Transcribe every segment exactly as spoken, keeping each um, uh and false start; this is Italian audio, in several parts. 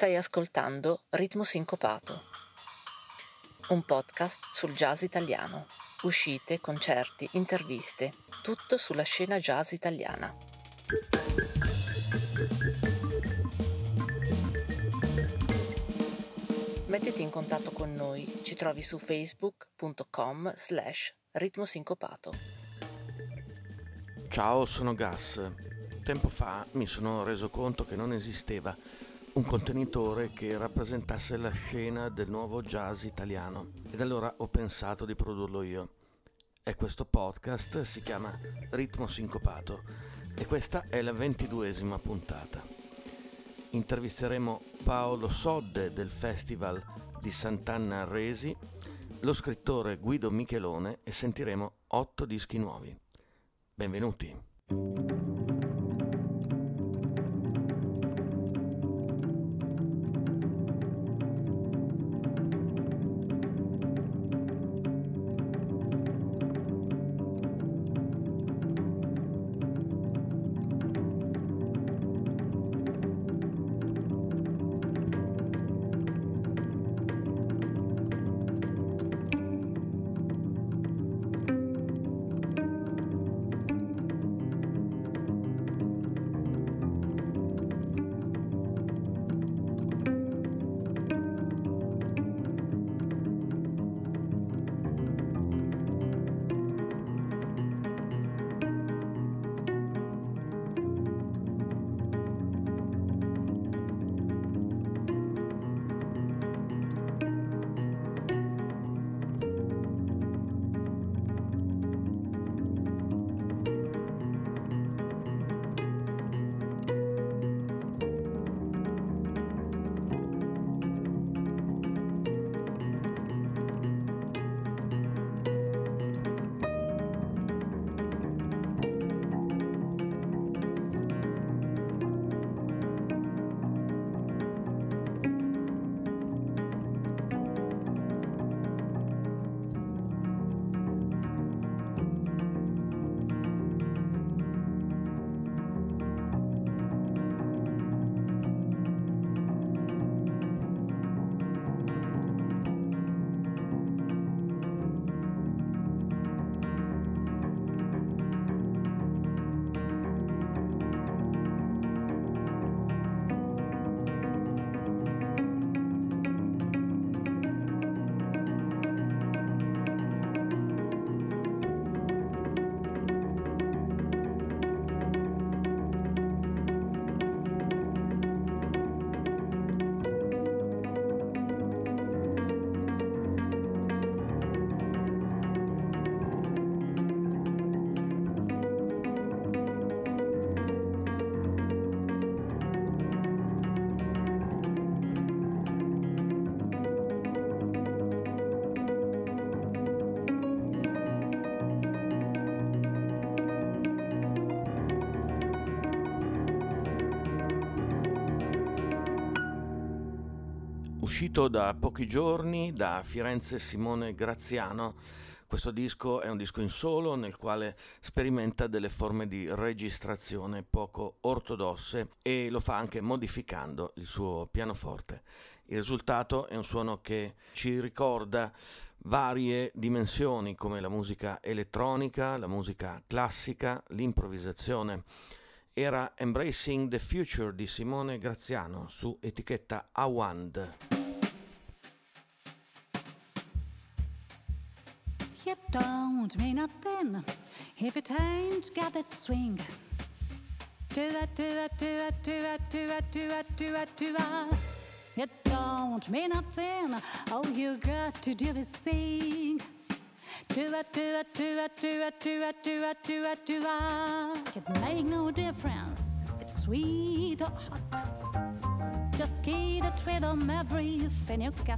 Stai ascoltando Ritmo Sincopato, un podcast sul jazz italiano. Uscite, concerti, interviste, tutto sulla scena jazz italiana. Mettiti in contatto con noi, ci trovi su facebook punto com slash ritmo sincopato. Ciao, sono Gas. Tempo fa mi sono reso conto che non esisteva un contenitore che rappresentasse la scena del nuovo jazz italiano ed allora ho pensato di produrlo io. E questo podcast si chiama Ritmo Sincopato e questa è la ventiduesima puntata. Intervisteremo Paolo Sodde del Festival di Sant'Anna al Resi, lo scrittore Guido Michelone e sentiremo otto dischi nuovi. Benvenuti! Uscito da pochi giorni da Firenze Simone Graziano, questo disco è un disco in solo nel quale sperimenta delle forme di registrazione poco ortodosse e lo fa anche modificando il suo pianoforte. Il risultato è un suono che ci ricorda varie dimensioni come la musica elettronica, la musica classica, l'improvvisazione. Era Embracing the Future di Simone Graziano su etichetta Awand. You don't mean nothing if it ain't got that swing. Do it, do it, do it, do it, do it, do it, do it, do it. It don't mean nothing. All you got to do is sing. Do it, do it, do it, do it, do it, do it, do it, do it. It make no difference. It's sweet or hot. Just get it with them everything you got.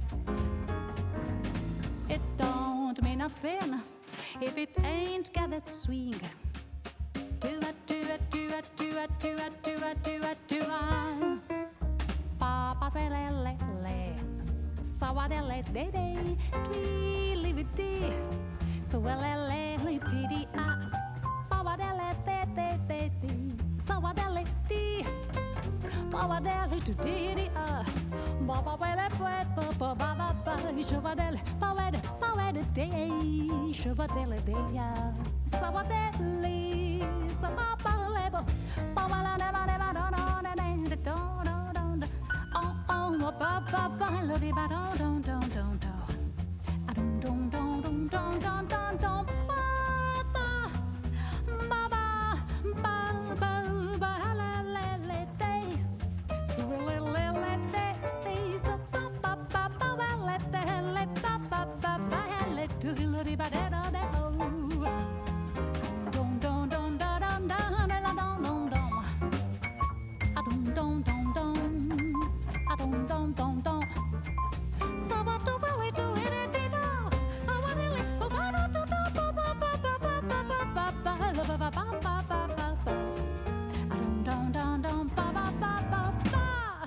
It don't mean nothing if it ain't got that swing. Do it, do it, do it, do it, do it, do it, do it, do it. Pa pa re le le le, sa wa de le de de, twi li vi di, so we le le li di di ah, pa wa de le de de de di, sa wa de le di. Pavadelle to diddy uh Baba wele poet Baba baba baba Shabadelle Pawede Pawede day Shabadelle day Sabadelle Sababa lebo Pawala never never don't don't don't don't don't Oh oh Baba baba Lodi ba don't don't don't don't don't don't don't don't don't don't don't don't Baba Baba Baba Baba la la la day So la la la day So Baba Baba la la la Baba Baba la to Lodi ba da da da Don't don't don't da da da la don't don't don't I don't don't don't don't I don't don't don't don't So what do we do in it? I want to live for one or two. Ba ba ba ba ba ba ba ba ba ba ba ba ba ba ba. I don't don't don't don't ba ba ba ba ba.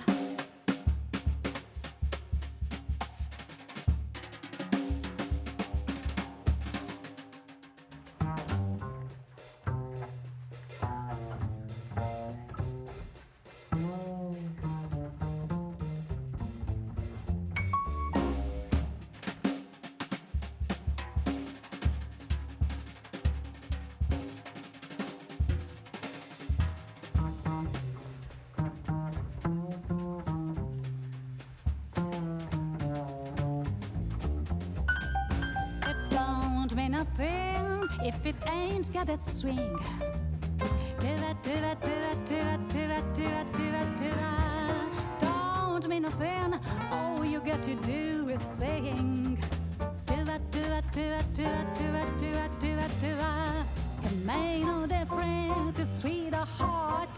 It don't mean nothing if it ain't got that swing. Do that, do that, do that, do that, do that, do that, do that, do that. Don't mean nothing. All you got to do is sing. Do that, do that, do that, do that, do that, do that, do that, do that. It make no difference. It's sweet or hot.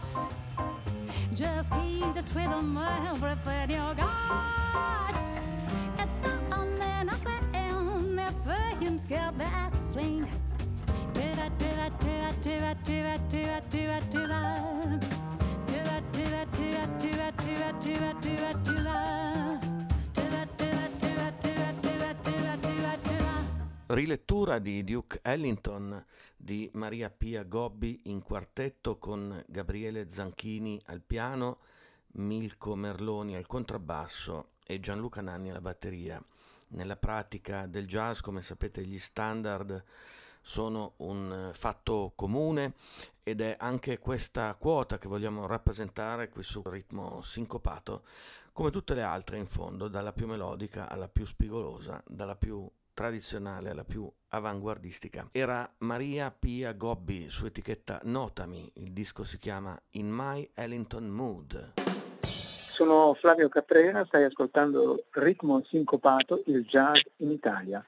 Just keep the rhythm of everything you got. It don't mean nothing if you get that swing. Do that, do that, do that, do that, do that, do that, do that, do that. Do that, do that, do that, do that, do that, do that, do that, do that. Do that, do that, do that, do that, do that, do that, do that, do that. Rilettura di Duke Ellington di Maria Pia Gobbi in quartetto con Gabriele Zanchini al piano, Milko Merloni al contrabbasso e Gianluca Nanni alla batteria. Nella pratica del jazz, come sapete, gli standard sono un fatto comune ed è anche questa quota che vogliamo rappresentare qui su Ritmo Sincopato, come tutte le altre in fondo, dalla più melodica alla più spigolosa, dalla più tradizionale alla più avanguardistica. Era Maria Pia Gobbi su etichetta Notami, il disco si chiama In My Ellington Mood. Sono Flavio Caprera, stai ascoltando Ritmo Sincopato, il jazz in Italia.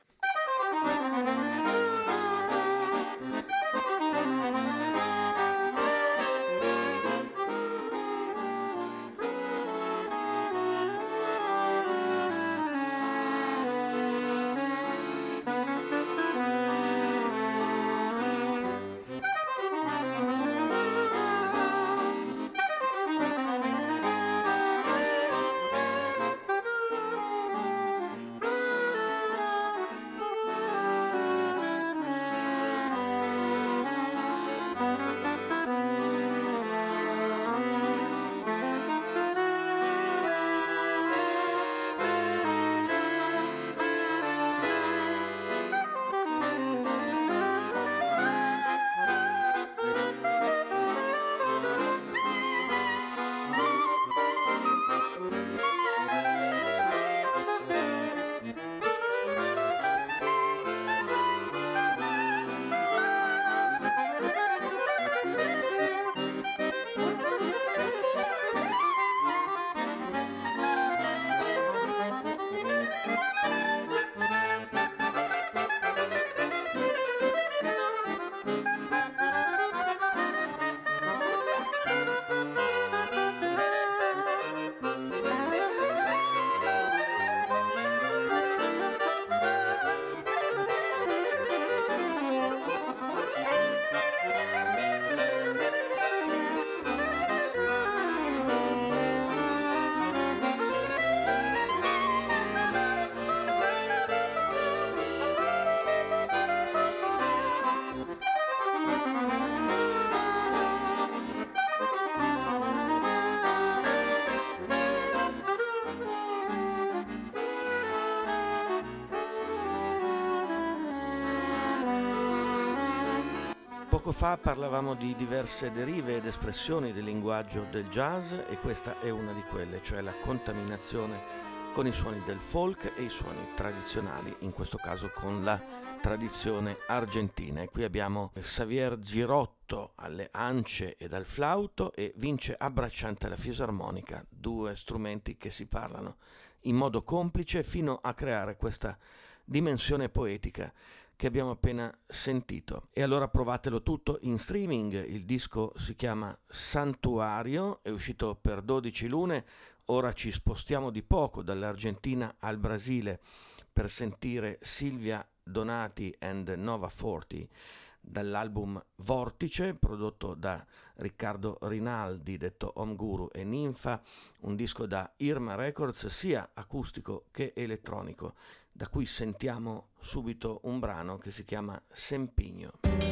Poco fa parlavamo di diverse derive ed espressioni del linguaggio del jazz e questa è una di quelle, cioè la contaminazione con i suoni del folk e i suoni tradizionali, in questo caso con la tradizione argentina. E qui abbiamo Xavier Girotto alle ance ed al flauto e Vince Abbracciante alla fisarmonica, due strumenti che si parlano in modo complice fino a creare questa dimensione poetica che abbiamo appena sentito. E allora provatelo tutto in streaming. Il disco si chiama Santuario, è uscito per dodici lune. Ora ci spostiamo di poco dall'Argentina al Brasile per sentire Silvia Donati and Nova Forti dall'album Vortice, prodotto da Riccardo Rinaldi, detto Home Guru, e Ninfa, un disco da Irma Records sia acustico che elettronico, da cui sentiamo subito un brano che si chiama Sempigno.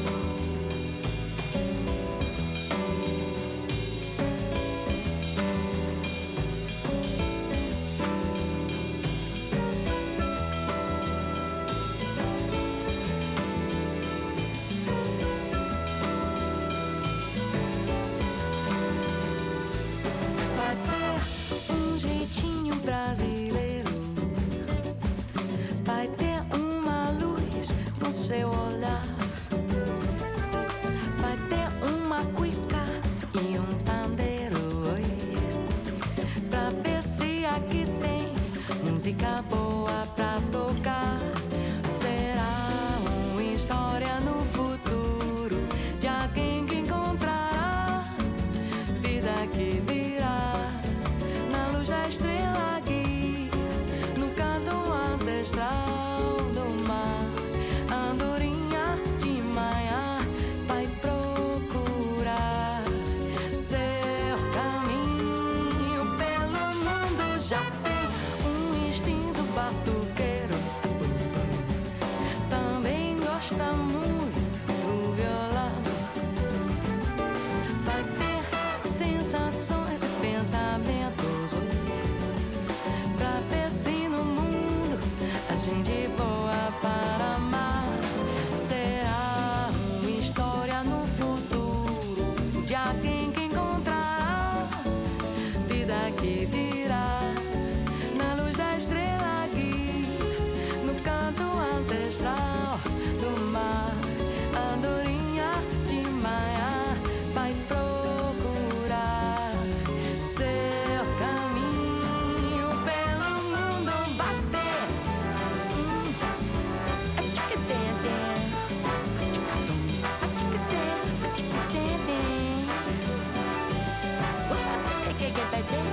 Seu olhar vai ter uma cuica e um pandeiro, oi, pra ver se aqui tem música boa pra tocar. Será uma história no futuro de alguém que encontrará vida que virá na luz da estrela guia, no canto ancestral do mar. Andorinha de manhã vai procurar seu caminho pelo mundo. Já tem um instinto batuqueiro, também gosta muito do violão. Vai ter sensações e pensamentos pra ver se no mundo a gente boa para amar. Que virá na luz da estrela guia, no canto ancestral do mar. Andorinha de manhã vai procurar seu caminho pelo mundo. Bater a tiquetete, a tiquetete, a tiquetete, a tiquetete.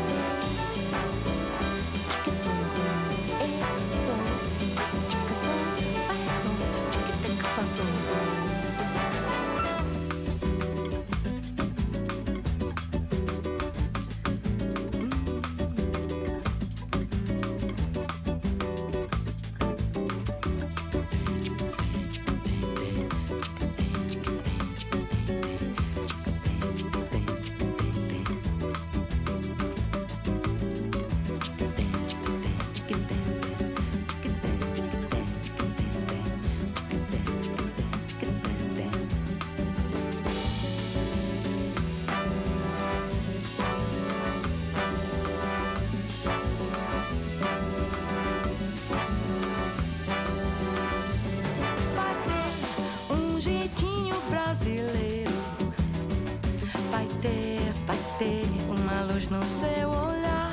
Brasileiro vai ter, vai ter uma luz no seu olhar,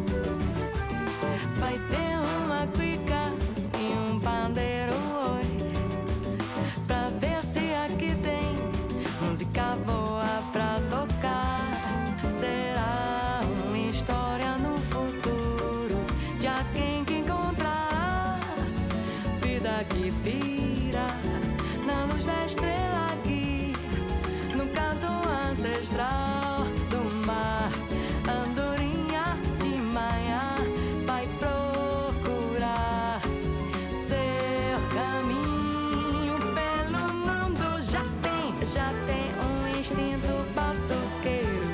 vai ter uma cuica e um pandeiro, oi, pra ver se aqui tem música boa pra tocar. Será uma história no futuro de alguém que encontrará vida que vira na luz da estrela aqui, no canto ancestral do mar. Andorinha de manhã vai procurar seu caminho pelo mundo. Já tem, já tem um instinto batuqueiro,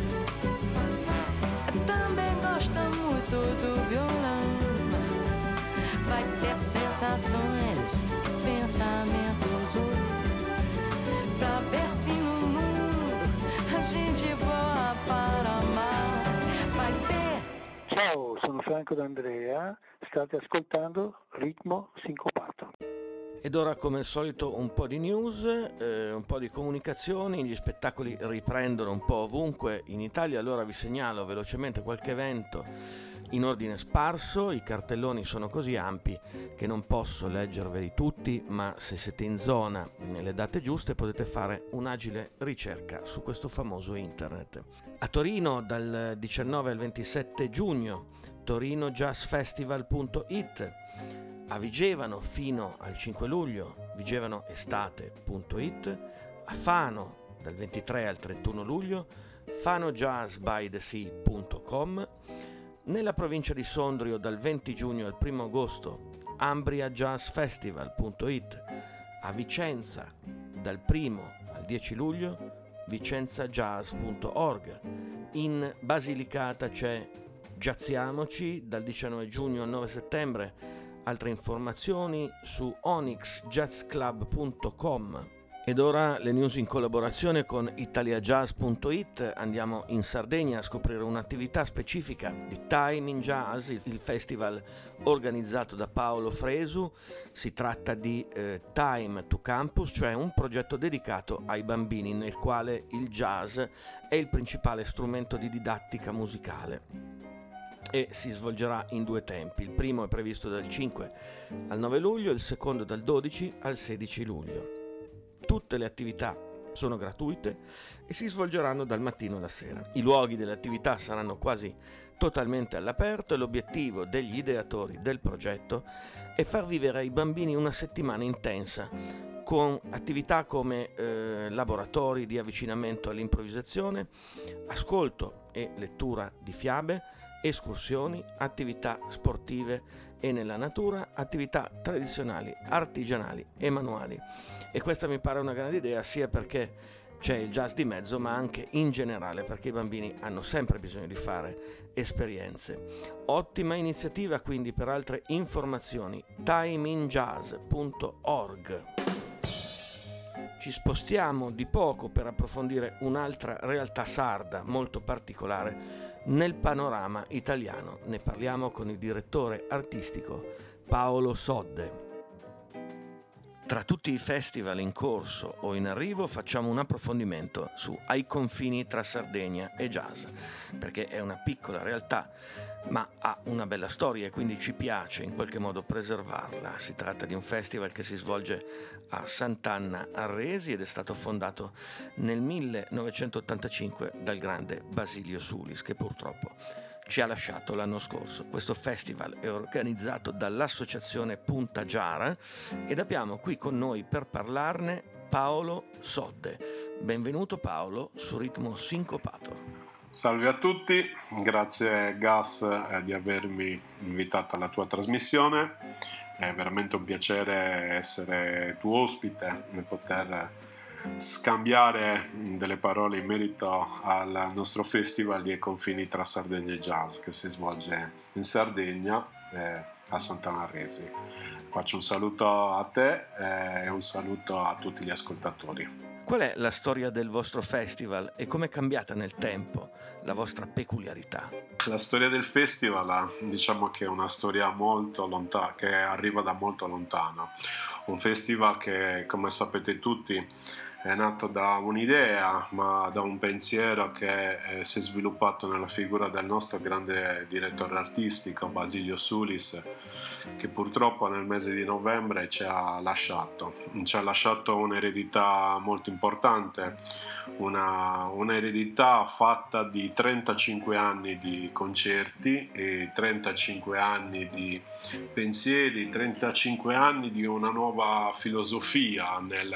também gosta muito do violão. Vai ter sensações, pensamentos pra ver se no mundo a gente boa para amar vai ter. Ciao, sono Franco D'Andrea, state ascoltando Ritmo Sincopato. Ed ora, come al solito, un po' di news, eh, un po' di comunicazioni. Gli spettacoli riprendono un po' ovunque in Italia, allora vi segnalo velocemente qualche evento in ordine sparso. I cartelloni sono così ampi che non posso leggerveli tutti, ma se siete in zona nelle date giuste potete fare un'agile ricerca su questo famoso internet. A Torino dal diciannove al ventisette giugno, torino jazz festival punto it. A Vigevano fino al cinque luglio, vigevano estate punto it. A Fano dal ventitré al trentuno luglio, fano jazz by the sea punto com. Nella provincia di Sondrio dal venti giugno al primo agosto, ambria jazz festival punto it. A Vicenza dal primo al dieci luglio, vicenza jazz punto org. In Basilicata c'è Jazziamoci dal diciannove giugno al nove settembre. Altre informazioni su onyx jazz club punto com. Ed ora le news in collaborazione con italia jazz punto it. Andiamo in Sardegna a scoprire un'attività specifica di Time in Jazz, il festival organizzato da Paolo Fresu. Si tratta di eh, Time to Campus, cioè un progetto dedicato ai bambini nel quale il jazz è il principale strumento di didattica musicale. E si svolgerà in due tempi. Il primo è previsto dal cinque al nove luglio, il secondo dal dodici al sedici luglio. Tutte le attività sono gratuite e si svolgeranno dal mattino alla sera. I luoghi delle attività saranno quasi totalmente all'aperto e l'obiettivo degli ideatori del progetto è far vivere ai bambini una settimana intensa con attività come eh, laboratori di avvicinamento all'improvvisazione, ascolto e lettura di fiabe, escursioni, attività sportive e nella natura, attività tradizionali, artigianali e manuali. E questa mi pare una grande idea, sia perché c'è il jazz di mezzo, ma anche in generale perché i bambini hanno sempre bisogno di fare esperienze. Ottima iniziativa quindi. Per altre informazioni time in jazz punto org. Ci spostiamo di poco per approfondire un'altra realtà sarda molto particolare nel panorama italiano. Ne parliamo con il direttore artistico Paolo Sodde. Tra tutti i festival in corso o in arrivo facciamo un approfondimento su Ai confini tra Sardegna e jazz, perché è una piccola realtà ma ha una bella storia e quindi ci piace in qualche modo preservarla. Si tratta di un festival che si svolge a Sant'Anna a Resi ed è stato fondato nel millenovecentottantacinque dal grande Basilio Sulis, che purtroppo ci ha lasciato l'anno scorso. Questo festival è organizzato dall'associazione Punta Giara ed abbiamo qui con noi per parlarne Paolo Sodde. Benvenuto Paolo su Ritmo Sincopato. Salve a tutti, grazie Gas eh, di avermi invitato alla tua trasmissione. È veramente un piacere essere tuo ospite e poter scambiare delle parole in merito al nostro festival di Ai confini tra Sardegna e Jazz che si svolge in Sardegna eh, a Sant'Anna a Resi. Faccio un saluto a te eh, e un saluto a tutti gli ascoltatori. Qual è la storia del vostro festival e come è cambiata nel tempo la vostra peculiarità? La storia del festival, diciamo che è una storia molto lontana, che arriva da molto lontano. Un festival che, come sapete tutti, è nato da un'idea, ma da un pensiero che eh, si è sviluppato nella figura del nostro grande direttore artistico, Basilio Sulis, che purtroppo nel mese di novembre ci ha lasciato. Ci ha lasciato un'eredità molto importante, una, un'eredità fatta di trentacinque anni di concerti e trentacinque anni di pensieri, trentacinque anni di una nuova filosofia nel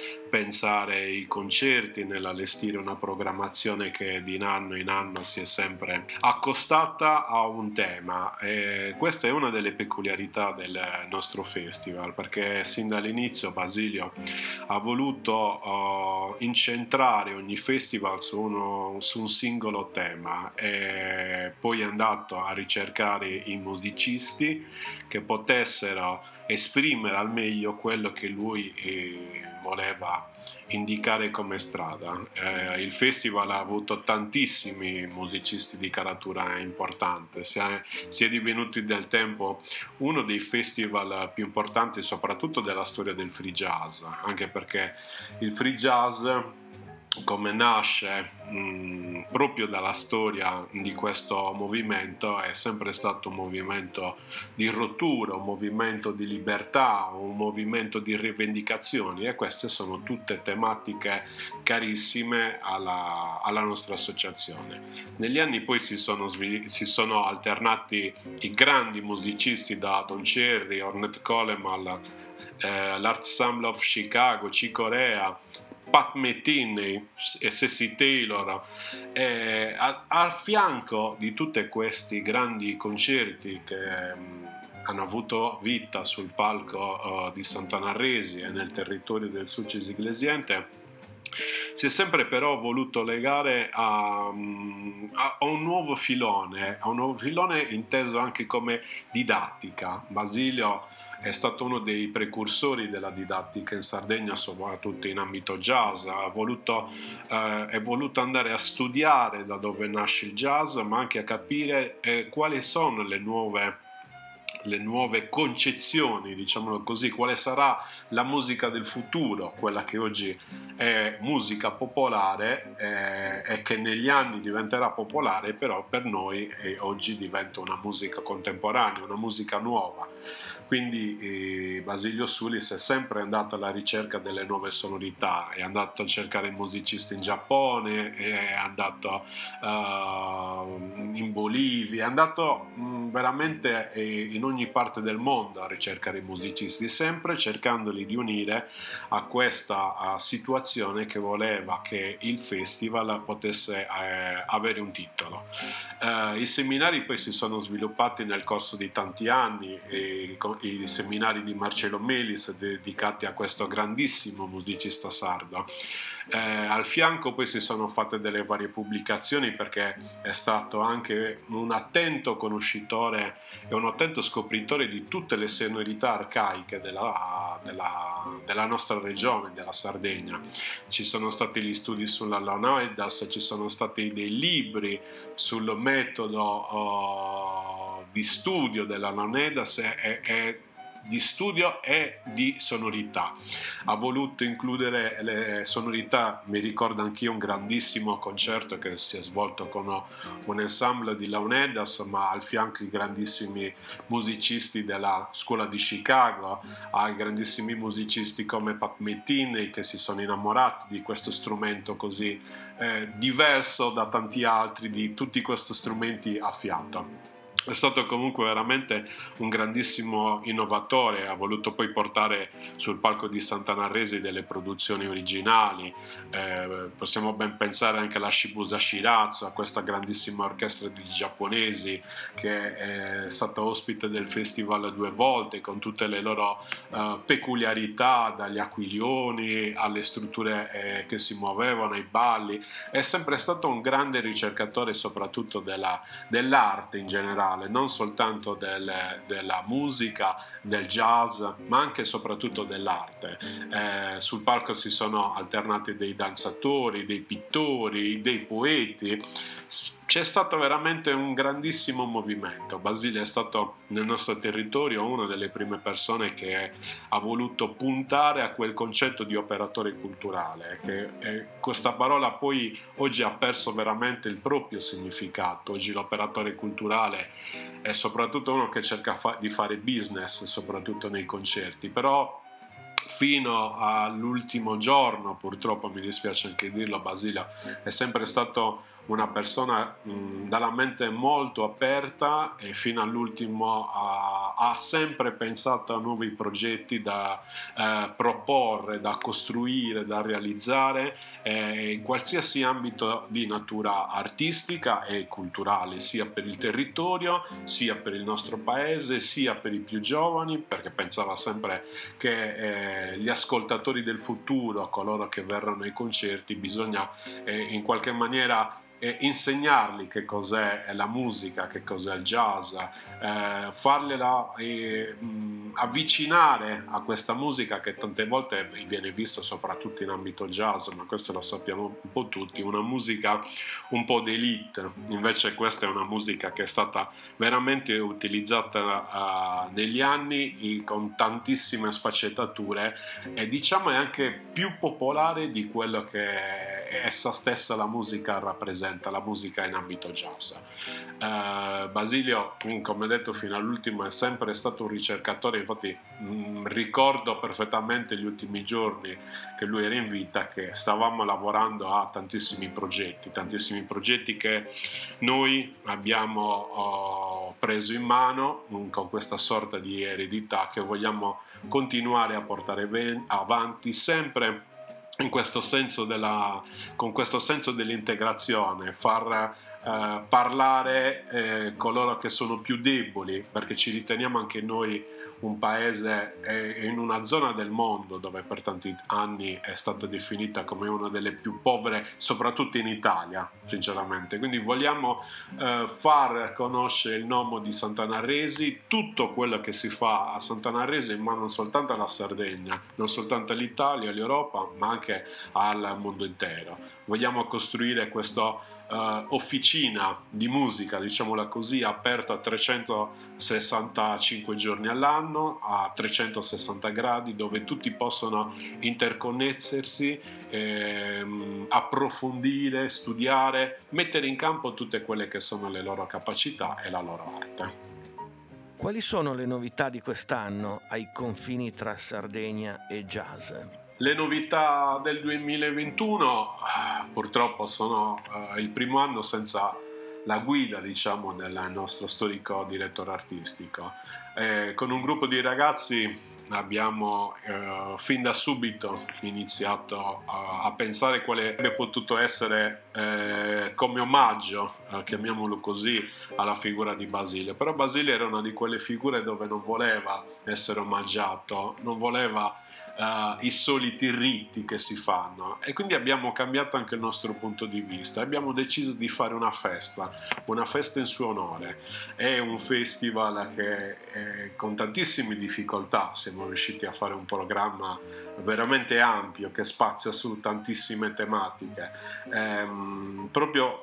pensare i concerti, nell'allestire una programmazione che di anno in anno si è sempre accostata a un tema. E questa è una delle peculiarità del nostro festival, perché sin dall'inizio Basilio ha voluto uh, incentrare ogni festival su, uno, su un singolo tema e poi è andato a ricercare i musicisti che potessero esprimere al meglio quello che lui eh, voleva indicare come strada. Eh, il festival ha avuto tantissimi musicisti di caratura importante, si è, si è divenuto nel tempo uno dei festival più importanti soprattutto della storia del free jazz, anche perché il free jazz, come nasce mh, proprio dalla storia di questo movimento, è sempre stato un movimento di rottura, un movimento di libertà, un movimento di rivendicazioni, e queste sono tutte tematiche carissime alla, alla nostra associazione. Negli anni poi si sono, si sono alternati i grandi musicisti, da Don Cherry, Ornette Coleman, eh, l'Ensemble of Chicago, Chick Corea, Pat Metheny e Ceci Taylor, eh, a, al fianco di tutti questi grandi concerti che mh, hanno avuto vita sul palco uh, di Sant'Anarresi e nel territorio del Sulcis Iglesiente. Si è sempre però voluto legare a, a, a un nuovo filone, a un nuovo filone inteso anche come didattica. Basilio è stato uno dei precursori della didattica in Sardegna, soprattutto in ambito jazz. Ha voluto, eh, è voluto andare a studiare da dove nasce il jazz, ma anche a capire eh, quali sono le nuove, le nuove concezioni, diciamolo così, quale sarà la musica del futuro, quella che oggi è musica popolare eh, e che negli anni diventerà popolare, però per noi eh, oggi diventa una musica contemporanea, una musica nuova. Quindi eh, Basilio Sulis è sempre andato alla ricerca delle nuove sonorità, è andato a cercare musicisti in Giappone, è andato uh, in Bolivia, è andato mh, veramente eh, in ogni parte del mondo a ricercare musicisti, sempre cercandoli di unire a questa uh, situazione che voleva che il festival potesse eh, avere un titolo. Uh, I seminari poi si sono sviluppati nel corso di tanti anni, e i seminari di Marcello Melis dedicati a questo grandissimo musicista sardo. Eh, al fianco poi si sono fatte delle varie pubblicazioni, perché è stato anche un attento conoscitore e un attento scopritore di tutte le sonorità arcaiche della, della, della nostra regione, della Sardegna. Ci sono stati gli studi sulla Laonedas, ci sono stati dei libri sul metodo uh, di studio della Laonedas e, e di studio e di sonorità. Ha voluto includere le sonorità. Mi ricordo anch'io un grandissimo concerto che si è svolto con un ensemble di Laonedas, ma al fianco i grandissimi musicisti della scuola di Chicago, ai grandissimi musicisti come Pat Metheny, che si sono innamorati di questo strumento così eh, diverso da tanti altri, di tutti questi strumenti a fiato. È stato comunque veramente un grandissimo innovatore, ha voluto poi portare sul palco di Sant'Anarresi delle produzioni originali, eh, possiamo ben pensare anche alla Shibuya Shiratsu, a questa grandissima orchestra di giapponesi che è stata ospite del festival due volte, con tutte le loro uh, peculiarità, dagli aquilioni alle strutture eh, che si muovevano, ai balli. È sempre stato un grande ricercatore soprattutto della, dell'arte in generale, non soltanto del, della musica, del jazz, ma anche e soprattutto dell'arte. Eh, sul palco si sono alternati dei danzatori, dei pittori, dei poeti. C'è stato veramente un grandissimo movimento. Basile è stato nel nostro territorio una delle prime persone che ha voluto puntare a quel concetto di operatore culturale, che eh, questa parola poi oggi ha perso veramente il proprio significato. Oggi l'operatore culturale è soprattutto uno che cerca fa- di fare business, soprattutto nei concerti, però fino all'ultimo giorno, purtroppo mi dispiace anche dirlo, Basilio è sempre stato una persona mh, dalla mente molto aperta, e fino all'ultimo ha, ha sempre pensato a nuovi progetti da eh, proporre, da costruire, da realizzare eh, in qualsiasi ambito di natura artistica e culturale, sia per il territorio, sia per il nostro paese, sia per i più giovani, perché pensava sempre che eh, gli ascoltatori del futuro, coloro che verranno ai concerti, bisogna eh, in qualche maniera eh, insegnargli che cos'è la musica, che cos'è il jazz, eh, fargliela eh, mh, avvicinare a questa musica che tante volte viene vista soprattutto in ambito jazz, ma questo lo sappiamo un po' tutti, una musica un po' d'elite. Invece questa è una musica che è stata veramente utilizzata uh, negli anni con tantissime sfaccettature, e diciamo è anche più popolare di quello che essa stessa la musica rappresenta, la musica in ambito jazz. Uh, Basilio, come detto fino all'ultimo, è sempre stato un ricercatore, infatti mh, ricordo perfettamente gli ultimi giorni che lui era in vita, che stavamo lavorando a tantissimi progetti, tantissimi progetti che noi abbiamo oh, preso in mano mh, con questa sorta di eredità che vogliamo continuare a portare avanti, sempre in questo senso della, con questo senso dell'integrazione, far eh, parlare eh, coloro che sono più deboli, perché ci riteniamo anche noi un paese eh, in una zona del mondo dove per tanti anni è stata definita come una delle più povere, soprattutto in Italia, sinceramente. Quindi vogliamo eh, far conoscere il nome di Sant'Anna-Resi, tutto quello che si fa a Sant'Anna-Resi, ma non soltanto alla Sardegna, non soltanto all'Italia, all'Europa, ma anche al mondo intero. Vogliamo costruire questo Uh, officina di musica, diciamola così, aperta a trecentosessantacinque giorni all'anno, a trecentosessanta gradi, dove tutti possono interconnettersi, ehm, approfondire, studiare, mettere in campo tutte quelle che sono le loro capacità e la loro arte. Quali sono le novità di quest'anno ai confini tra Sardegna e jazz? Le novità del duemilaventuno purtroppo sono uh, il primo anno senza la guida, diciamo, del nostro storico direttore artistico. Eh, con un gruppo di ragazzi abbiamo uh, fin da subito iniziato uh, a pensare quale avrebbe potuto essere eh, come omaggio, uh, chiamiamolo così, alla figura di Basilio. Però Basilio era una di quelle figure dove non voleva essere omaggiato, non voleva Uh, i soliti riti che si fanno, e quindi abbiamo cambiato anche il nostro punto di vista. Abbiamo deciso di fare una festa, una festa in suo onore. È un festival che eh, con tantissime difficoltà siamo riusciti a fare un programma veramente ampio che spazia su tantissime tematiche, ehm, proprio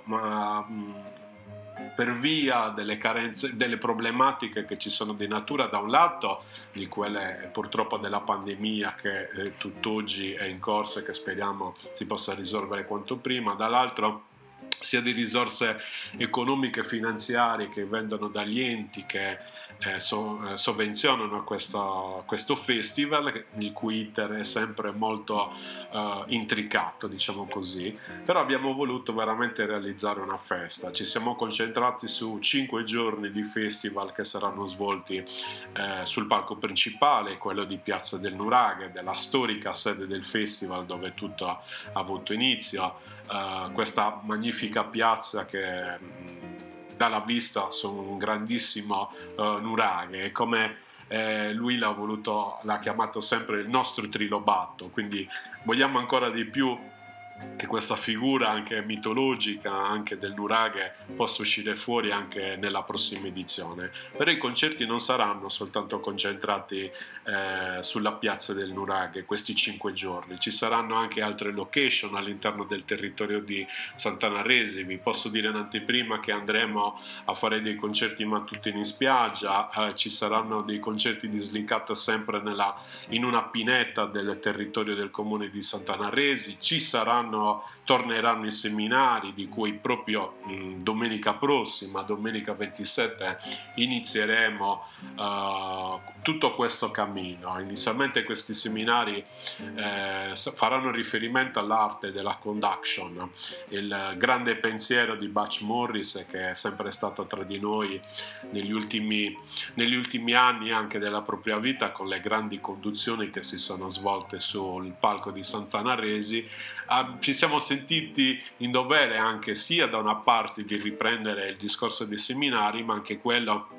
uh, per via delle carenze, delle problematiche che ci sono di natura, da un lato di quelle purtroppo della pandemia che eh, tutt'oggi è in corso e che speriamo si possa risolvere quanto prima, dall'altro sia di risorse economiche e finanziarie che vengono dagli enti che eh, so, eh, sovvenzionano questo, questo festival, il cui iter è sempre molto eh, intricato, diciamo così. Però abbiamo voluto veramente realizzare una festa. Ci siamo concentrati su cinque giorni di festival che saranno svolti eh, sul palco principale, quello di Piazza del Nuraghe, della storica sede del festival dove tutto ha avuto inizio. Uh, questa magnifica piazza che mh, dà la vista su un grandissimo uh, nuraghe, e come eh, lui l'ha voluto, l'ha chiamato sempre il nostro trilobato, quindi vogliamo ancora di più che questa figura anche mitologica, anche del nuraghe, possa uscire fuori anche nella prossima edizione. Però i concerti non saranno soltanto concentrati eh, sulla piazza del nuraghe questi cinque giorni, ci saranno anche altre location all'interno del territorio di Sant'Anna-Resi. Vi posso dire in anteprima che andremo a fare dei concerti mattutini in spiaggia, eh, ci saranno dei concerti di sliccata sempre nella, in una pineta del territorio del comune di Sant'Anna-Resi, ci saranno torneranno i seminari, di cui proprio mh, domenica prossima, domenica ventisette, inizieremo uh, tutto questo cammino. Inizialmente questi seminari eh, faranno riferimento all'arte della conduction, il grande pensiero di Butch Morris, che è sempre stato tra di noi negli ultimi, negli ultimi anni anche della propria vita, con le grandi conduzioni che si sono svolte sul palco di Sant'Anna-Resi. Uh, ci siamo sentiti in dovere anche sia da una parte di riprendere il discorso dei seminari, ma anche quello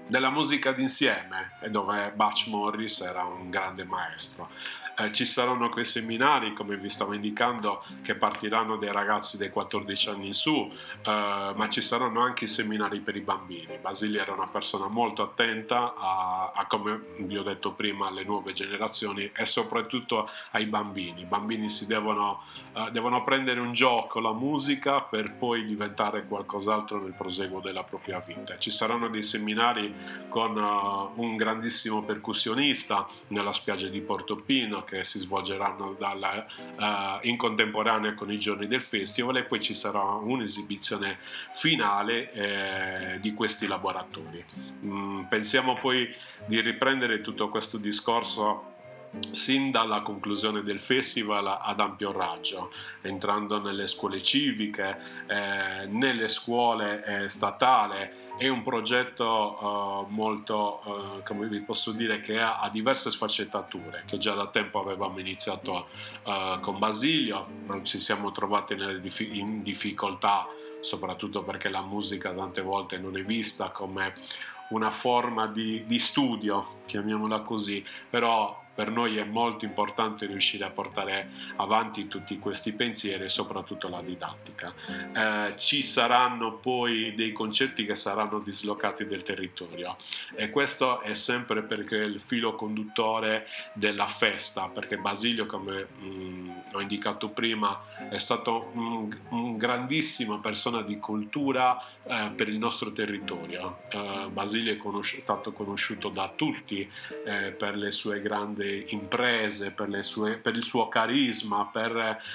della musica d'insieme, e dove Butch Morris era un grande maestro. Eh, ci saranno quei seminari, come vi stavo indicando, che partiranno dai ragazzi dei quattordici anni in su, eh, ma ci saranno anche i seminari per i bambini. Basilio era una persona molto attenta a, a, come vi ho detto prima, alle nuove generazioni e soprattutto ai bambini. I bambini si devono, eh, devono prendere un gioco, la musica, per poi diventare qualcos'altro nel proseguo della propria vita. Ci saranno dei seminari con uh, un grandissimo percussionista nella spiaggia di Portofino, che si svolgeranno dalla, uh, in contemporanea con i giorni del festival, e poi ci sarà un'esibizione finale eh, di questi laboratori. Mm, pensiamo poi di riprendere tutto questo discorso sin dalla conclusione del festival ad ampio raggio, entrando nelle scuole civiche, eh, nelle scuole eh, statali. È un progetto uh, molto, uh, come vi posso dire, che ha, ha diverse sfaccettature, che già da tempo avevamo iniziato uh, con Basilio, ma ci siamo trovati nelle dif- in difficoltà, soprattutto perché la musica tante volte non è vista come una forma di, di studio, chiamiamola così, però per noi è molto importante riuscire a portare avanti tutti questi pensieri e soprattutto la didattica. Eh, ci saranno poi dei concerti che saranno dislocati del territorio, e questo è sempre perché è il filo conduttore della festa, perché Basilio, come mh, ho indicato prima, è stato un, un grandissima persona di cultura eh, per il nostro territorio. Eh, Basilio è conosci- stato conosciuto da tutti eh, per le sue grandi imprese, per, le sue, per il suo carisma, per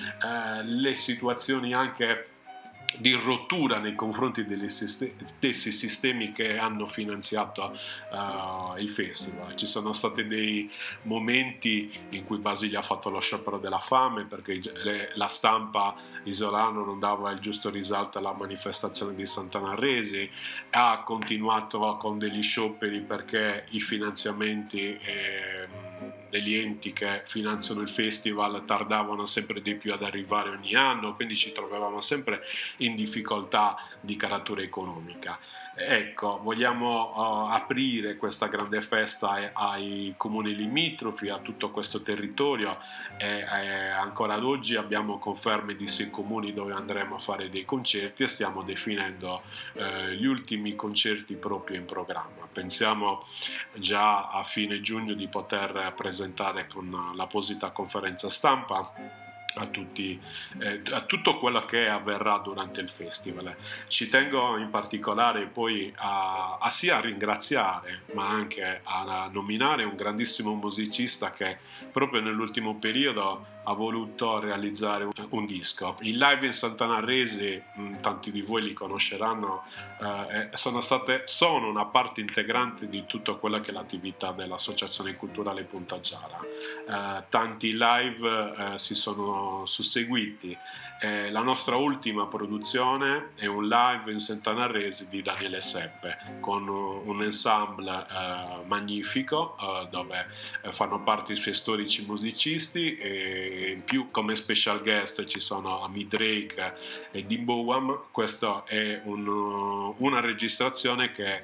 eh, le situazioni anche di rottura nei confronti degli stessi sistemi che hanno finanziato uh, il festival. Ci sono stati dei momenti in cui Basilio ha fatto lo sciopero della fame perché le, la stampa isolana non dava il giusto risalto alla manifestazione di Sant'Anna-Resi, ha continuato con degli scioperi perché i finanziamenti eh, degli enti che finanziano il festival tardavano sempre di più ad arrivare ogni anno, quindi ci trovavamo sempre in difficoltà di caratura economica. Ecco, vogliamo uh, aprire questa grande festa ai, ai comuni limitrofi, a tutto questo territorio, e, e ancora ad oggi abbiamo conferme di sei comuni dove andremo a fare dei concerti e stiamo definendo uh, gli ultimi concerti proprio in programma. Pensiamo già a fine giugno di poter presentare con l'apposita conferenza stampa a tutti, eh, a tutto quello che avverrà durante il festival. Ci tengo in particolare poi a, a sia a ringraziare ma anche a nominare un grandissimo musicista che proprio nell'ultimo periodo ha voluto realizzare un, un disco. I live in Sant'Anna-Resi, mh, tanti di voi li conosceranno, eh, sono state sono una parte integrante di tutto quello che è l'attività dell'Associazione Culturale Punta Giara. Eh, tanti live eh, si sono susseguiti. Eh, la nostra ultima produzione è un live in Sant'Anna-Resi di Daniele Seppe con un ensemble eh, magnifico eh, dove eh, fanno parte i suoi storici musicisti, e in più come special guest ci sono Amy Drake e Dean Bowen. Questa è un, una registrazione che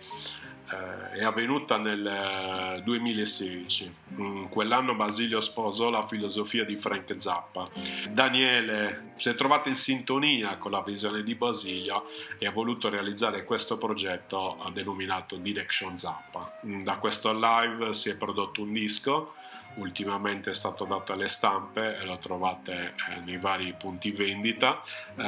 Uh, è avvenuta nel uh, duemilasedici. In quell'anno Basilio sposò la filosofia di Frank Zappa. Daniele si è trovato in sintonia con la visione di Basilio e ha voluto realizzare questo progetto uh, denominato Direction Zappa. Da questo live si è prodotto un disco, ultimamente è stato dato alle stampe e lo trovate eh, nei vari punti vendita,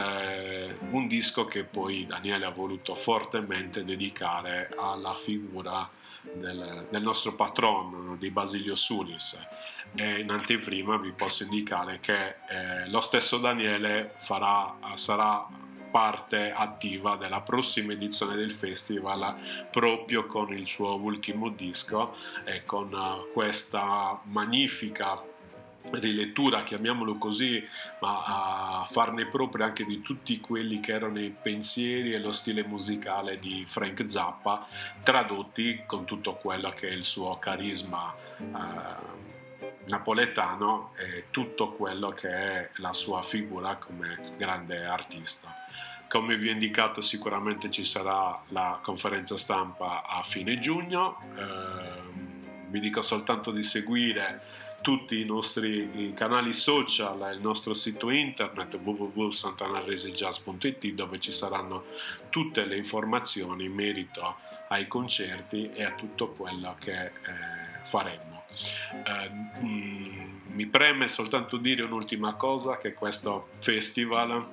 eh, un disco che poi Daniele ha voluto fortemente dedicare alla figura del, del nostro patrono di Basilio Sulis. E in anteprima vi posso indicare che eh, lo stesso Daniele farà, sarà parte attiva della prossima edizione del festival proprio con il suo ultimo disco e con uh, questa magnifica rilettura, chiamiamolo così, ma a farne proprio anche di tutti quelli che erano i pensieri e lo stile musicale di Frank Zappa, tradotti con tutto quello che è il suo carisma uh, napoletano e tutto quello che è la sua figura come grande artista. come vi ho indicato, sicuramente ci sarà la conferenza stampa a fine giugno. Eh, vi dico soltanto di seguire tutti i nostri canali social, il nostro sito internet w w w punto santanarresijazz punto i t, dove ci saranno tutte le informazioni in merito ai concerti e a tutto quello che eh, faremo. Eh, mh, mi preme soltanto dire un'ultima cosa, che questo festival,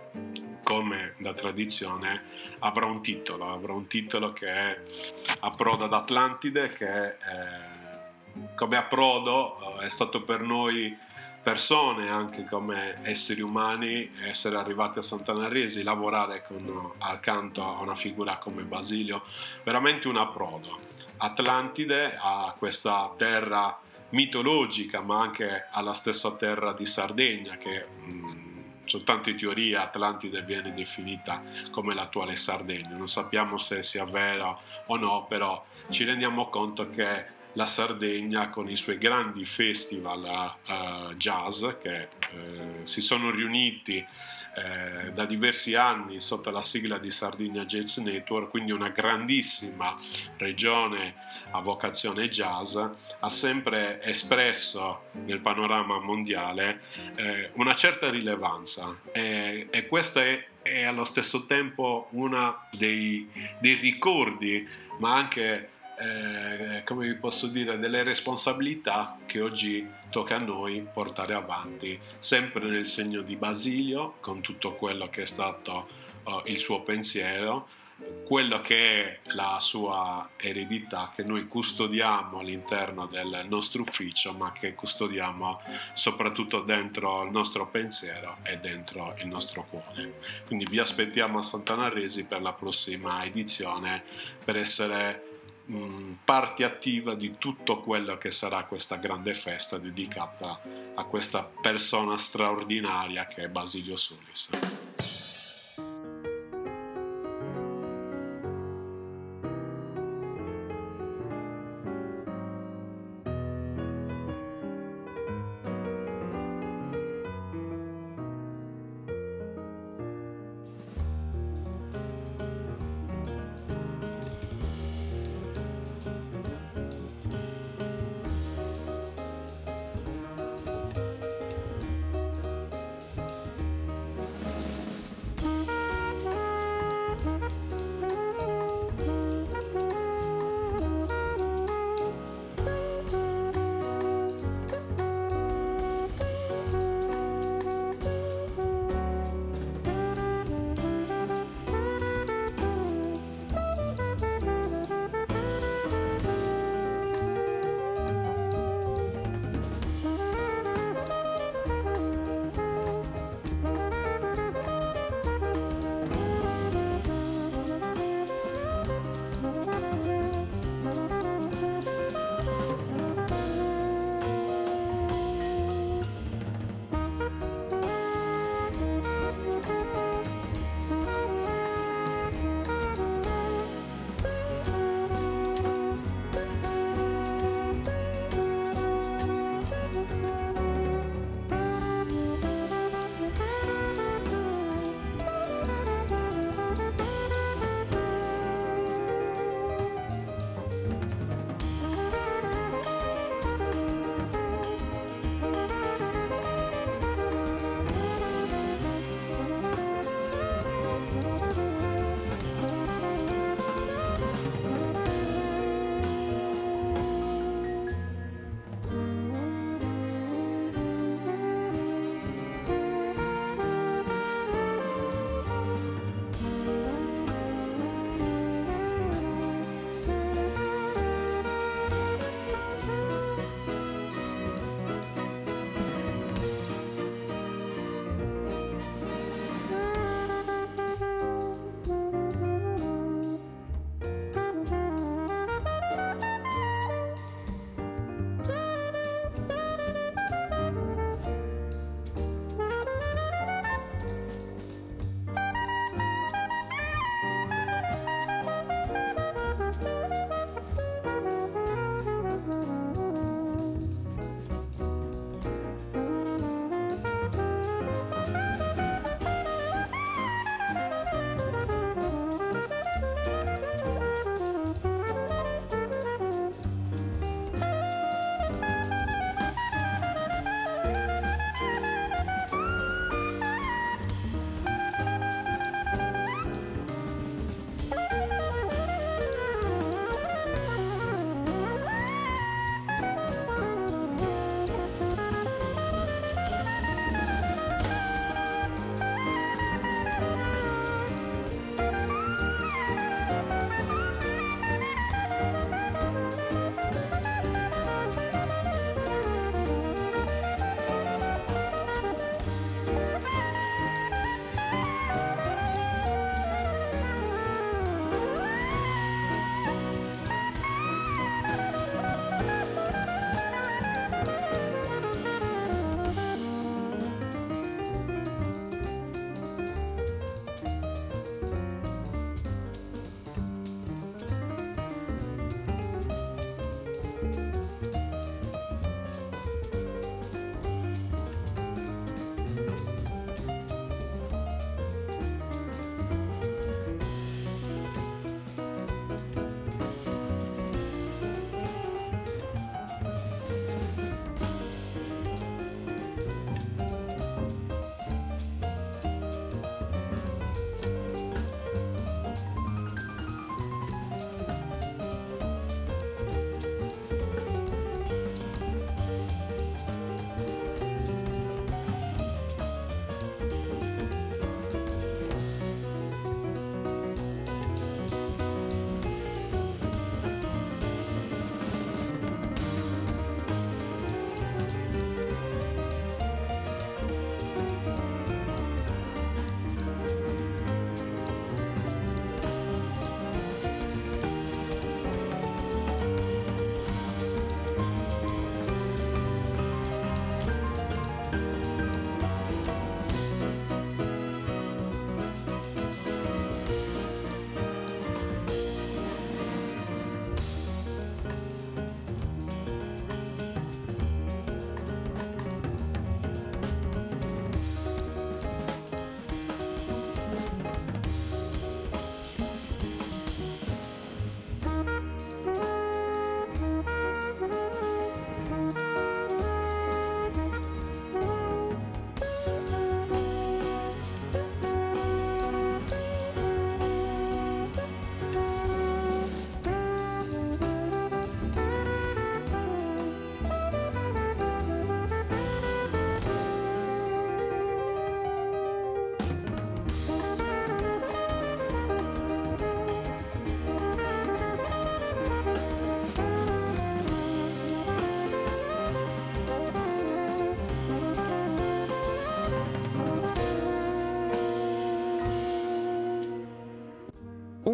come da tradizione, avrà un titolo, avrà un titolo che è Approdo ad Atlantide, che eh, come approdo è stato per noi persone, anche come esseri umani, essere arrivati a Santanarresi, lavorare con, accanto a una figura come Basilio, veramente un approdo. Atlantide, a questa terra mitologica, ma anche alla stessa terra di Sardegna, che mh, soltanto in teoria Atlantide viene definita come l'attuale Sardegna. Non sappiamo se sia vero o no, però ci rendiamo conto che la Sardegna, con i suoi grandi festival uh, jazz che uh, si sono riuniti uh, da diversi anni sotto la sigla di Sardinia Jazz Network, quindi una grandissima regione a vocazione jazz, ha sempre espresso nel panorama mondiale uh, una certa rilevanza, e, e questa è, è allo stesso tempo uno dei, dei ricordi, ma anche Eh, come vi posso dire, delle responsabilità che oggi tocca a noi portare avanti, sempre nel segno di Basilio, con tutto quello che è stato uh, il suo pensiero, quello che è la sua eredità, che noi custodiamo all'interno del nostro ufficio, ma che custodiamo soprattutto dentro il nostro pensiero e dentro il nostro cuore. Quindi vi aspettiamo a Santanarresi per la prossima edizione, per essere parte attiva di tutto quello che sarà questa grande festa dedicata a questa persona straordinaria che è Basilio Solis.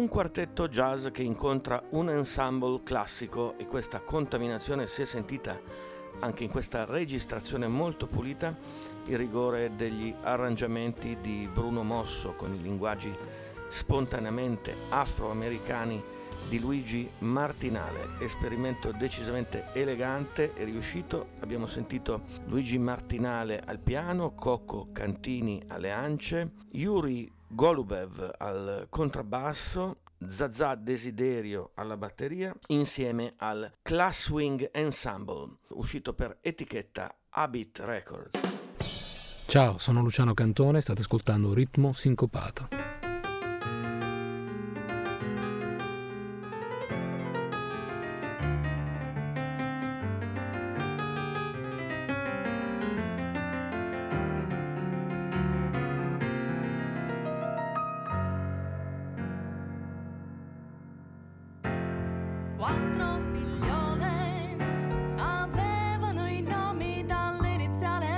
Un quartetto jazz che incontra un ensemble classico, e questa contaminazione si è sentita anche in questa registrazione molto pulita, il rigore degli arrangiamenti di Bruno Mosso con i linguaggi spontaneamente afroamericani di Luigi Martinale. Esperimento decisamente elegante e riuscito. Abbiamo sentito Luigi Martinale al piano, Cocco Cantini alle ance, Yuri Golubev al contrabbasso, Zazà Desiderio alla batteria, insieme al Class Swing Ensemble, uscito per etichetta Habit Records. Ciao, sono Luciano Cantone, state ascoltando Ritmo Sincopato. Quattro figliole avevano i nomi dall'iniziale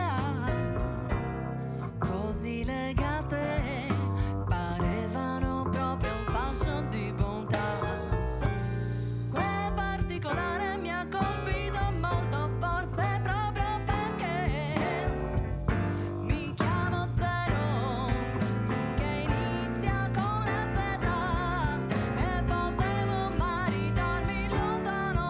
A, così legate parevano proprio un fascio di bontà. Quel particolare mi ha colpito molto, forse proprio perché mi chiamo Zero, che inizia con la Z, e potevo maritarmi lontano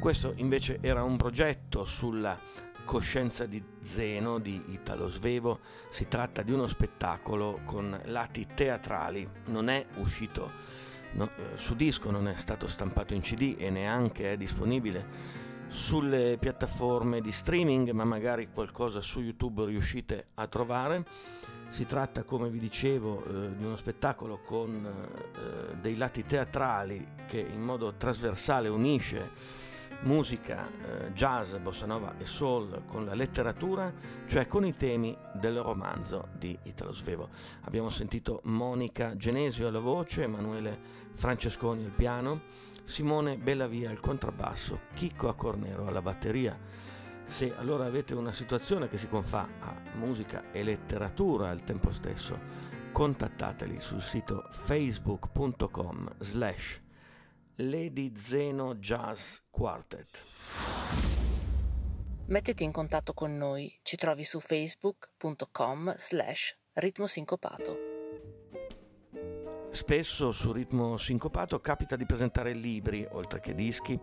Questo invece era un progetto sulla Coscienza di Zeno di Italo Svevo. Si tratta di uno spettacolo con lati teatrali, non è uscito no, eh, su disco, non è stato stampato in C D e neanche è disponibile sulle piattaforme di streaming, ma magari qualcosa su YouTube riuscite a trovare. Si tratta, come vi dicevo, eh, di uno spettacolo con eh, dei lati teatrali che in modo trasversale unisce musica, eh, jazz, bossa nova e soul con la letteratura, cioè con i temi del romanzo di Italo Svevo. Abbiamo sentito Monica Genesio alla voce, Emanuele Francesconi al piano, Simone Bellavia al contrabbasso, Chicco Accornero alla batteria. Se allora avete una situazione che si confà a musica e letteratura al tempo stesso, contattateli sul sito facebook.com slash Lady Zeno Jazz Quartet. Mettiti in contatto con noi, ci trovi su facebook.com slash ritmo sincopato. Spesso su Ritmo Sincopato capita di presentare libri, oltre che dischi,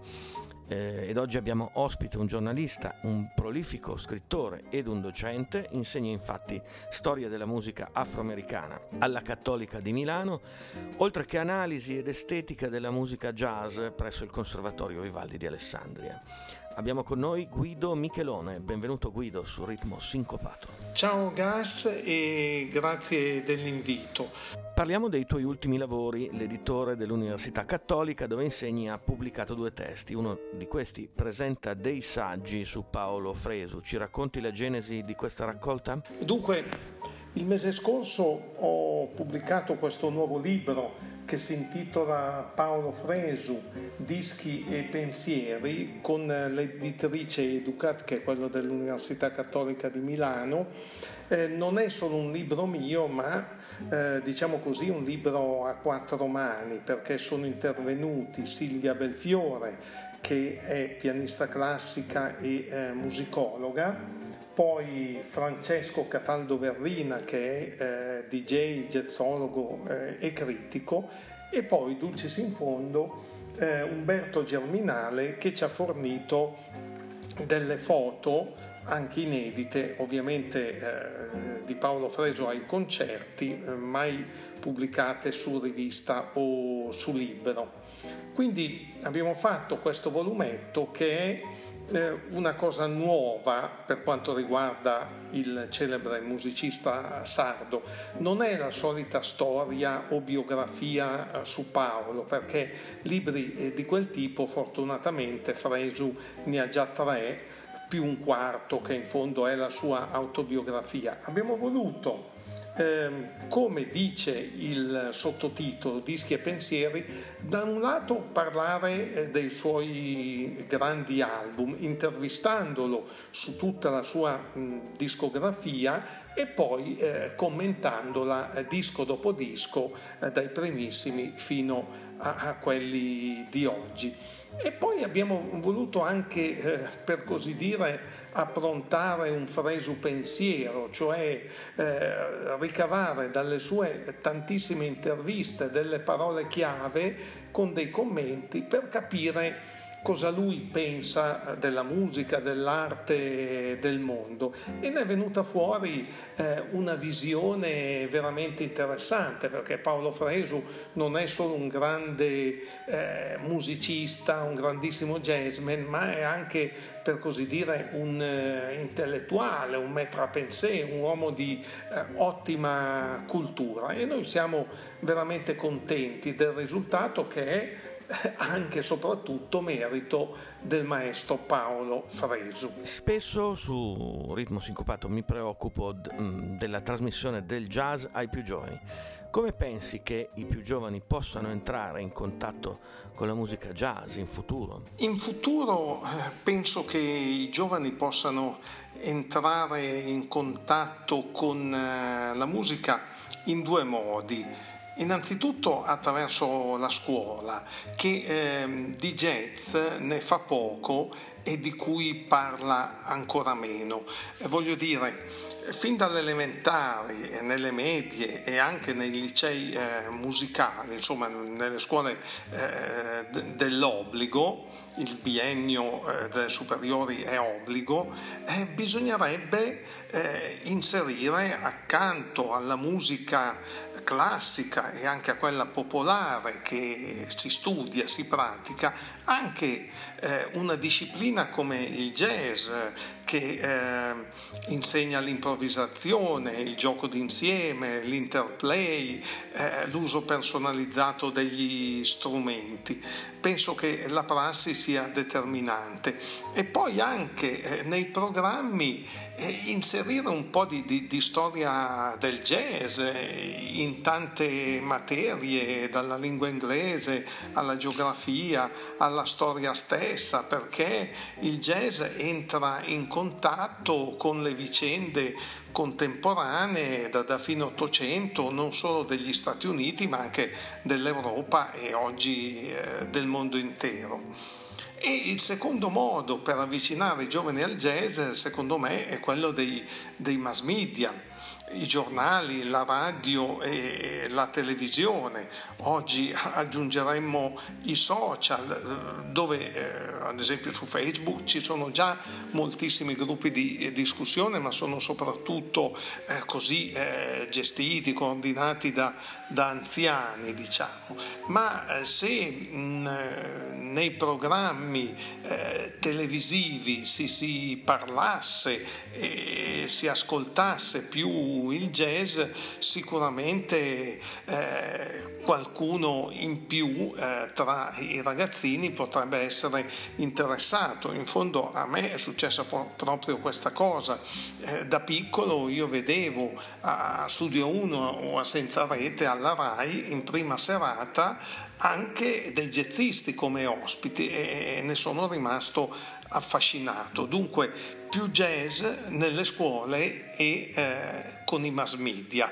eh, ed oggi abbiamo ospite un giornalista, un prolifico scrittore ed un docente. Insegna infatti storia della musica afroamericana alla Cattolica di Milano, oltre che analisi ed estetica della musica jazz presso il Conservatorio Vivaldi di Alessandria. Abbiamo con noi Guido Michelone. Benvenuto Guido su Ritmo Sincopato. Ciao Gas e grazie dell'invito. Parliamo dei tuoi ultimi lavori. L'editore dell'Università Cattolica dove insegni ha pubblicato due testi. Uno di questi presenta dei saggi su Paolo Fresu. Ci racconti la genesi di questa raccolta? Dunque, il mese scorso ho pubblicato questo nuovo libro che si intitola Paolo Fresu, Dischi e pensieri, con l'editrice Educat, che è quello dell'Università Cattolica di Milano. Eh, non è solo un libro mio, ma eh, diciamo così un libro a quattro mani, perché sono intervenuti Silvia Belfiore, che è pianista classica e eh, musicologa, poi Francesco Cataldo Verrina, che è eh, D J, jazzologo eh, e critico, e poi dulcis in fondo eh, Umberto Germinale, che ci ha fornito delle foto anche inedite, ovviamente eh, di Paolo Fresu ai concerti, eh, mai pubblicate su rivista o su libro. Quindi abbiamo fatto questo volumetto che è una cosa nuova per quanto riguarda il celebre musicista sardo. Non è la solita storia o biografia su Paolo, perché libri di quel tipo fortunatamente Fresu ne ha già tre, più un quarto che in fondo è la sua autobiografia. Abbiamo voluto, eh, come dice il sottotitolo Dischi e pensieri, da un lato parlare eh, dei suoi grandi album, intervistandolo su tutta la sua mh, discografia e poi eh, commentandola eh, disco dopo disco, eh, dai primissimi fino a, a quelli di oggi. E poi abbiamo voluto anche, eh, per così dire, approntare un Fresu pensiero, cioè eh, ricavare dalle sue tantissime interviste delle parole chiave con dei commenti per capire cosa lui pensa della musica, dell'arte, del mondo. E ne è venuta fuori eh, una visione veramente interessante, perché Paolo Fresu non è solo un grande eh, musicista, un grandissimo jazzman, ma è anche, per così dire, un uh, intellettuale, un maître à penser, un uomo di uh, ottima cultura, e noi siamo veramente contenti del risultato, che è anche e soprattutto merito del maestro Paolo Fresu. Spesso su Ritmo Sincopato mi preoccupo d- della trasmissione del jazz ai più giovani. Come pensi che i più giovani possano entrare in contatto con la musica jazz in futuro? In futuro eh, penso che i giovani possano entrare in contatto con eh, la musica in due modi. Innanzitutto attraverso la scuola, che eh, di jazz ne fa poco e di cui parla ancora meno. Eh, voglio dire, fin dalle elementari, nelle medie e anche nei licei eh, musicali, insomma nelle scuole eh, d- dell'obbligo, il biennio eh, delle superiori è obbligo, eh, bisognerebbe eh, inserire accanto alla musica classica e anche a quella popolare che si studia, si pratica, anche eh, una disciplina come il jazz, che eh, insegna l'improvvisazione, il gioco d'insieme, l'interplay, eh, l'uso personalizzato degli strumenti. Penso che la prassi sia determinante. E poi anche eh, nei programmi eh, inserire un po' di, di, di storia del jazz eh, in tante materie, dalla lingua inglese alla geografia, alla storia stessa, perché il jazz entra in contatto con le vicende contemporanee da, da fine Ottocento, non solo degli Stati Uniti ma anche dell'Europa e oggi eh, del mondo intero. E il secondo modo per avvicinare i giovani al jazz, secondo me, è quello dei, dei mass media. I giornali, la radio e la televisione. Oggi aggiungeremmo i social, dove eh, ad esempio su Facebook ci sono già moltissimi gruppi di discussione, ma sono soprattutto eh, così eh, gestiti, coordinati da, da anziani, diciamo. Ma eh, se mh, nei programmi eh, televisivi si, si parlasse e si ascoltasse più il jazz, sicuramente eh, qualcuno in più eh, tra i ragazzini potrebbe essere interessato. In fondo a me è successa po- proprio questa cosa. Eh, da piccolo io vedevo a Studio uno o a Senza Rete alla Rai in prima serata anche dei jazzisti come ospiti e ne sono rimasto affascinato. Dunque più jazz nelle scuole e eh, con i mass media.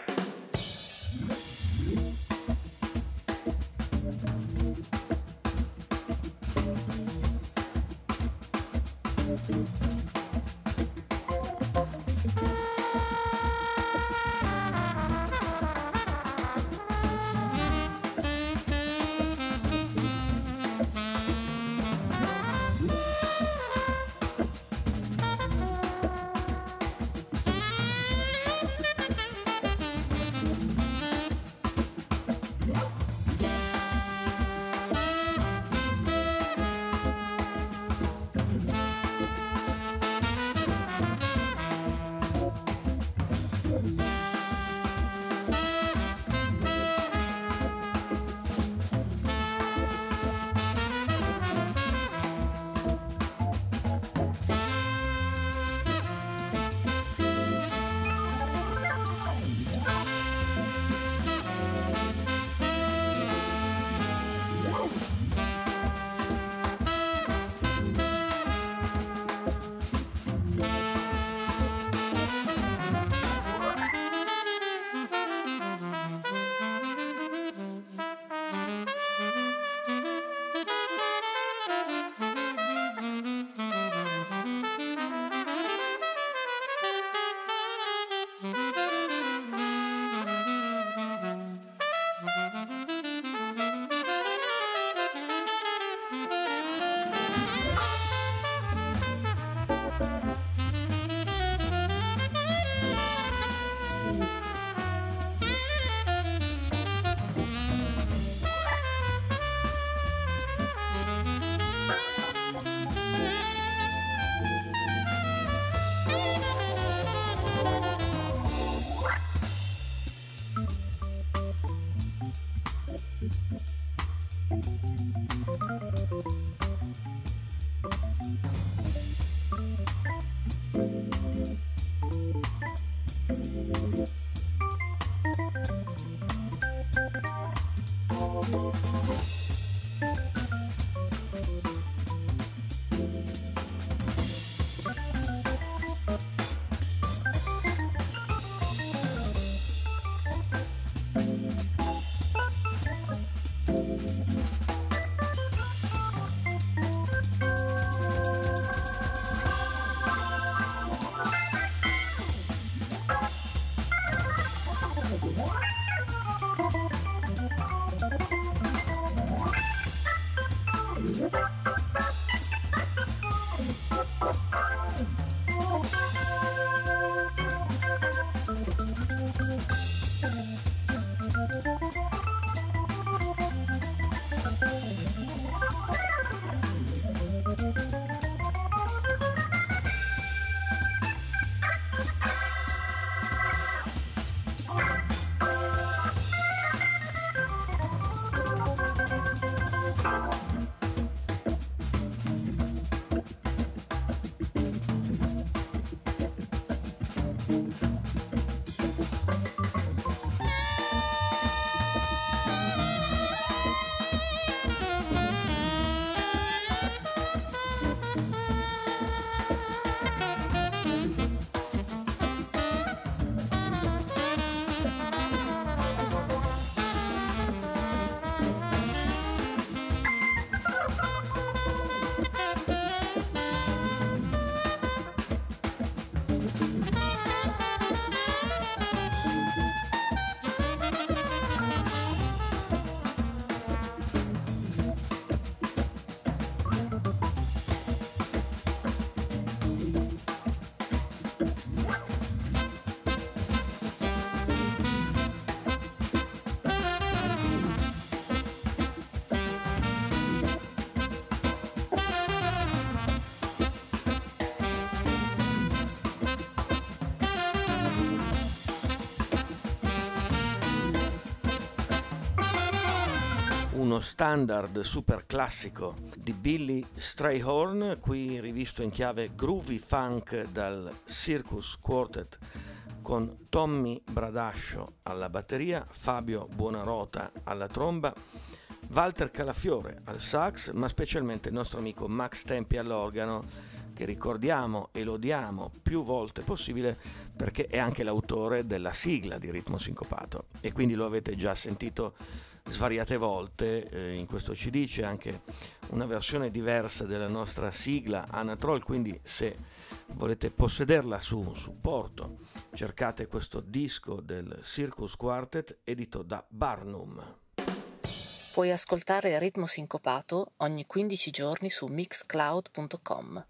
Uno standard super classico di Billy Strayhorn, qui rivisto in chiave groovy funk dal Circus Quartet con Tommy Bradascio alla batteria, Fabio Buonarota alla tromba, Walter Calafiore al sax, ma specialmente il nostro amico Max Tempi all'organo, che ricordiamo e lodiamo più volte possibile perché è anche l'autore della sigla di Ritmo Sincopato e quindi lo avete già sentito svariate volte. Eh, in questo C D c'è anche una versione diversa della nostra sigla Anatrol, quindi se volete possederla su un supporto cercate questo disco del Circus Quartet edito da Barnum. Puoi ascoltare Ritmo Sincopato ogni quindici giorni su mixcloud punto com.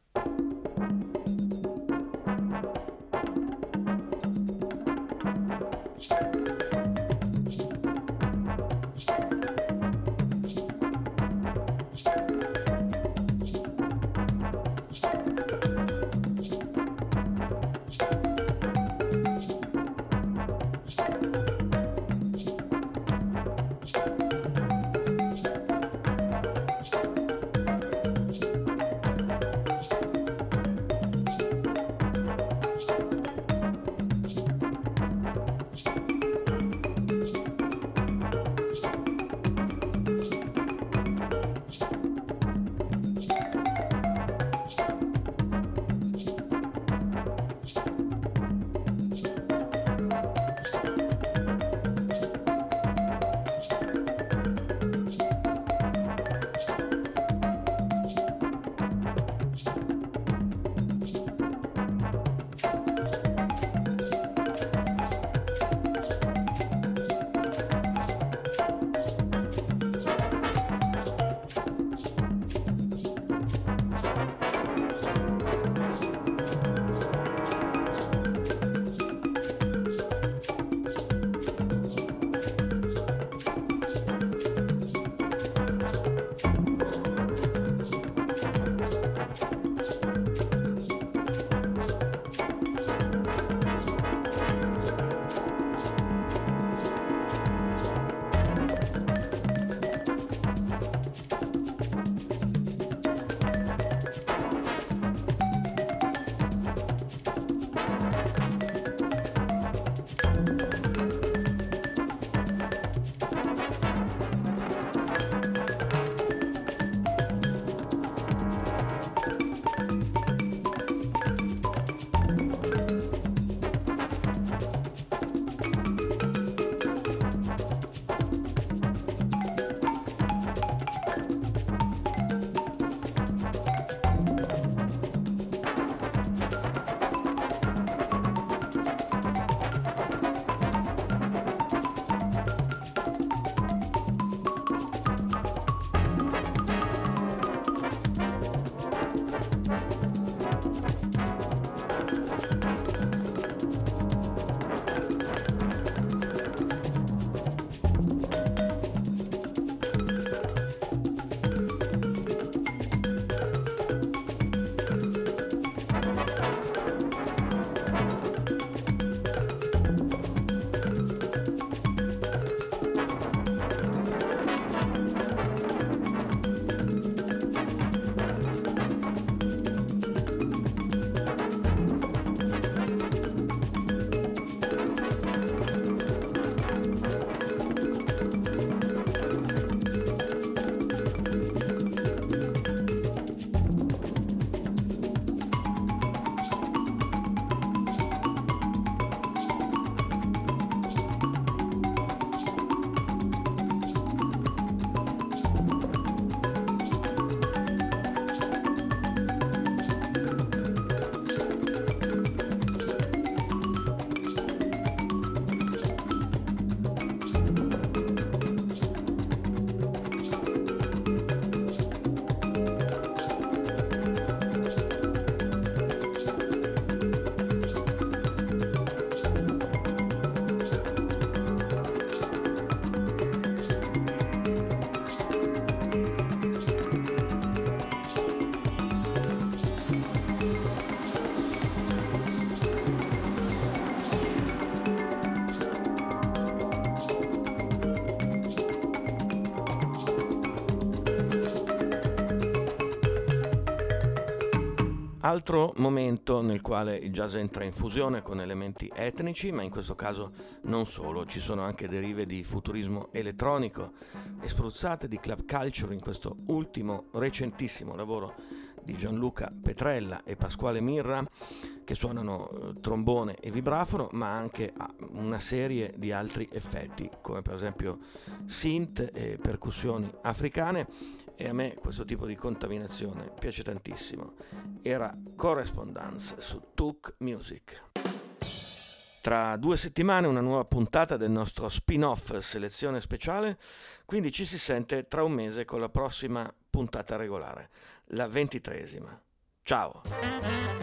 Altro momento nel quale il jazz entra in fusione con elementi etnici, ma in questo caso non solo, ci sono anche derive di futurismo elettronico e spruzzate di club culture in questo ultimo recentissimo lavoro di Gianluca Petrella e Pasquale Mirra, che suonano trombone e vibrafono, ma anche una serie di altri effetti, come per esempio synth e percussioni africane. E a me questo tipo di contaminazione piace tantissimo. Era Correspondence su Took Music. Tra due settimane una nuova puntata del nostro spin-off selezione speciale, quindi ci si sente tra un mese con la prossima puntata regolare, la ventitreesima. Ciao!